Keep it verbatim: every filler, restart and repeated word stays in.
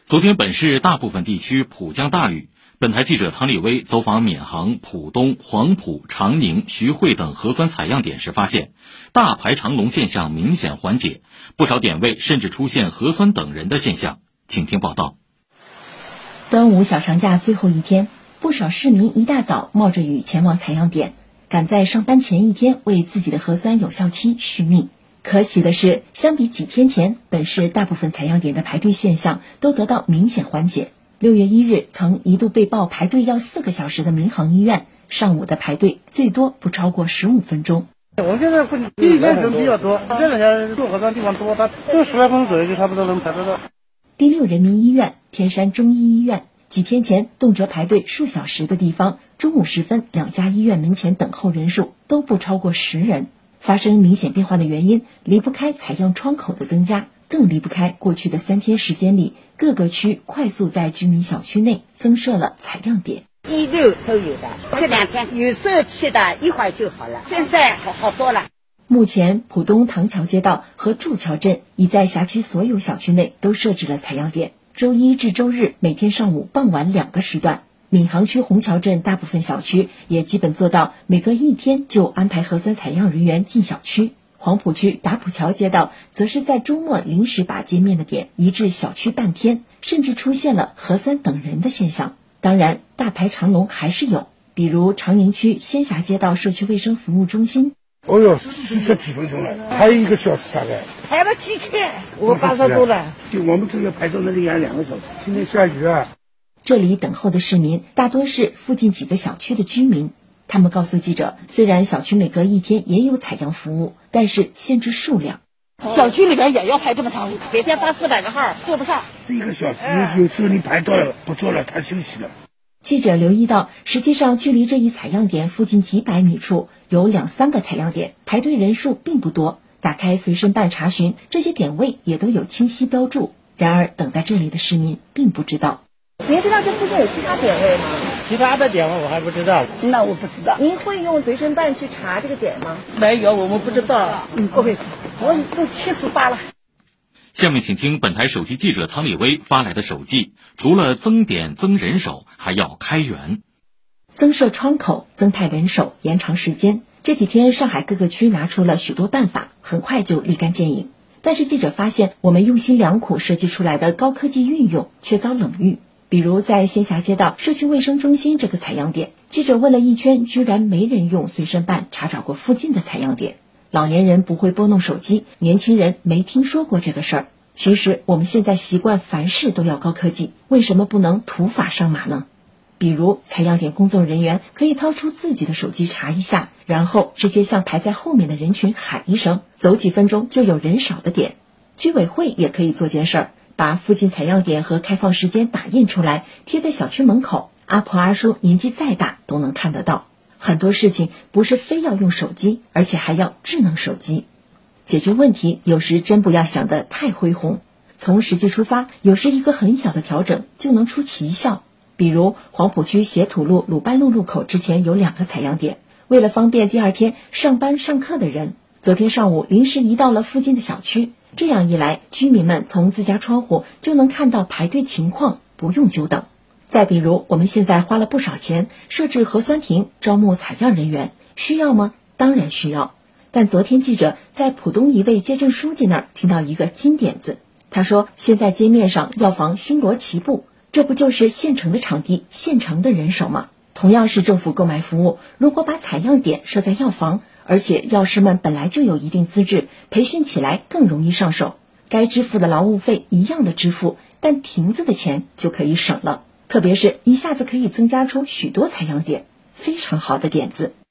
昨天本市大部分地区普降大雨，本台记者唐立威走访闵行、浦东、黄埔、长宁、徐汇等核酸采样点时发现，大排长龙现象明显缓解，不少点位甚至出现核酸等人的现象。请听报道。 端午小长假最后一天，不少市民一大早冒着雨前往采样点，赶在上班前一天为自己的核酸有效期续命。可喜的是，相比几天前，本市大部分采样点的排队现象都得到明显缓解。六月一日，曾一度被曝排队要四个小时的民航医院，上午的排队最多不超过十五分钟。 我现在附近医院人比较多，这两家做核酸地方多，它就十来分钟左右就差不多能排得到。 第六人民医院、天山中医医院，几天前动辄排队数小时的地方，中午时分两家医院门前等候人数都不超过十人。发生明显变化的原因，离不开采样窗口的增加，更离不开过去的三天时间里，各个区快速在居民小区内增设了采样点。 一六都有的，这两天有社区的一会儿就好了，现在好好多了。 目前浦东唐桥街道和筑桥镇已在辖区所有小区内都设置了采样点，周一至周日每天上午傍晚两个时段。闵行区虹桥镇大部分小区也基本做到每隔一天就安排核酸采样人员进小区。黄埔区打浦桥街道则是在周末临时把街面的点移至小区半天，甚至出现了核酸等人的现象。当然，大排长龙还是有，比如长宁区仙霞街道社区卫生服务中心。 哦哟，四十几分钟了，还有一个小时大概。 排了几天？ 我八十多了，就我们这个排到那里要两个小时。今天下雨啊。 这里等候的市民大多是附近几个小区的居民，他们告诉记者，虽然小区每隔一天也有采样服务，但是限制数量。 小区里边也要排这么长， 每天发四百个号，做不上。 一个小时有时候你排到了不做了，他休息了。 记者留意到，实际上距离这一采样点附近几百米处有两三个采样点，排队人数并不多。打开随身办查询，这些点位也都有清晰标注。然而等在这里的市民并不知道。 您知道这附近有其他点位吗？ 其他的点位我还不知道。 那我不知道。您会用随身办去查这个点吗？ 没有，我们不知道。 嗯，不会查。我都七十八了。 下面请听本台首席记者唐立威发来的手记，除了增点增人手，还要开源。 增设窗口，增派人手，延长时间。这几天上海各个区拿出了许多办法，很快就立竿见影。但是记者发现，我们用心良苦设计出来的高科技运用却遭冷遇。比如在仙霞街道社区卫生中心这个采样点，记者问了一圈，居然没人用随身办查找过附近的采样点。老年人不会拨弄手机，年轻人没听说过这个事儿。其实我们现在习惯凡事都要高科技，为什么不能土法上马呢？比如采样点工作人员可以掏出自己的手机查一下，然后直接向排在后面的人群喊一声，走几分钟就有人少的点。居委会也可以做件事儿，把附近采样点和开放时间打印出来，贴在小区门口，阿婆阿叔年纪再大都能看得到。很多事情不是非要用手机，而且还要智能手机。解决问题有时真不要想得太恢宏，从实际出发，有时一个很小的调整就能出奇效。比如黄埔区协土路鲁班路路口之前有两个采样点，为了方便第二天上班上课的人，昨天上午临时移到了附近的小区。这样一来，居民们从自家窗户就能看到排队情况，不用久等。再比如，我们现在花了不少钱设置核酸亭，招募采样人员，需要吗？当然需要。但昨天记者在浦东一位街镇书记那儿听到一个金点子，他说现在街面上药房星罗棋布，这不就是现成的场地、现成的人手吗？同样是政府购买服务，如果把采样点设在药房，而且药师们本来就有一定资质，培训起来更容易上手，该支付的劳务费一样的支付，但亭子的钱就可以省了。特别是一下子可以增加出许多采样点，非常好的点子。